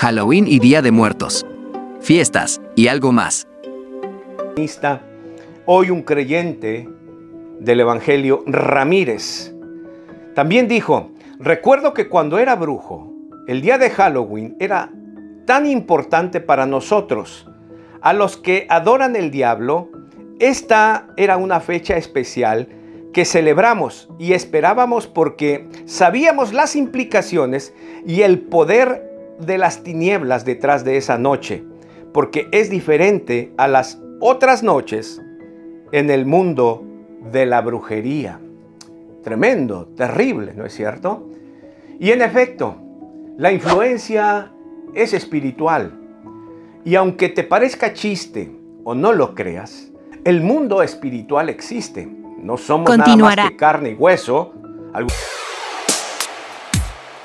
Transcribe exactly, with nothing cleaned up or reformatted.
Halloween y Día de Muertos, fiestas y algo más. Hoy un creyente del Evangelio, Ramírez, también dijo: recuerdo que cuando era brujo, el día de Halloween era tan importante para nosotros, a los que adoran el diablo. Esta era una fecha especial que celebramos y esperábamos porque sabíamos las implicaciones y el poder de las tinieblas detrás de esa noche, porque es diferente a las otras noches en el mundo de la brujería. Tremendo, terrible, ¿no es cierto? Y en efecto, la influencia es espiritual. Y aunque te parezca chiste o no lo creas, el mundo espiritual existe. No somos nada más que carne y hueso. Algo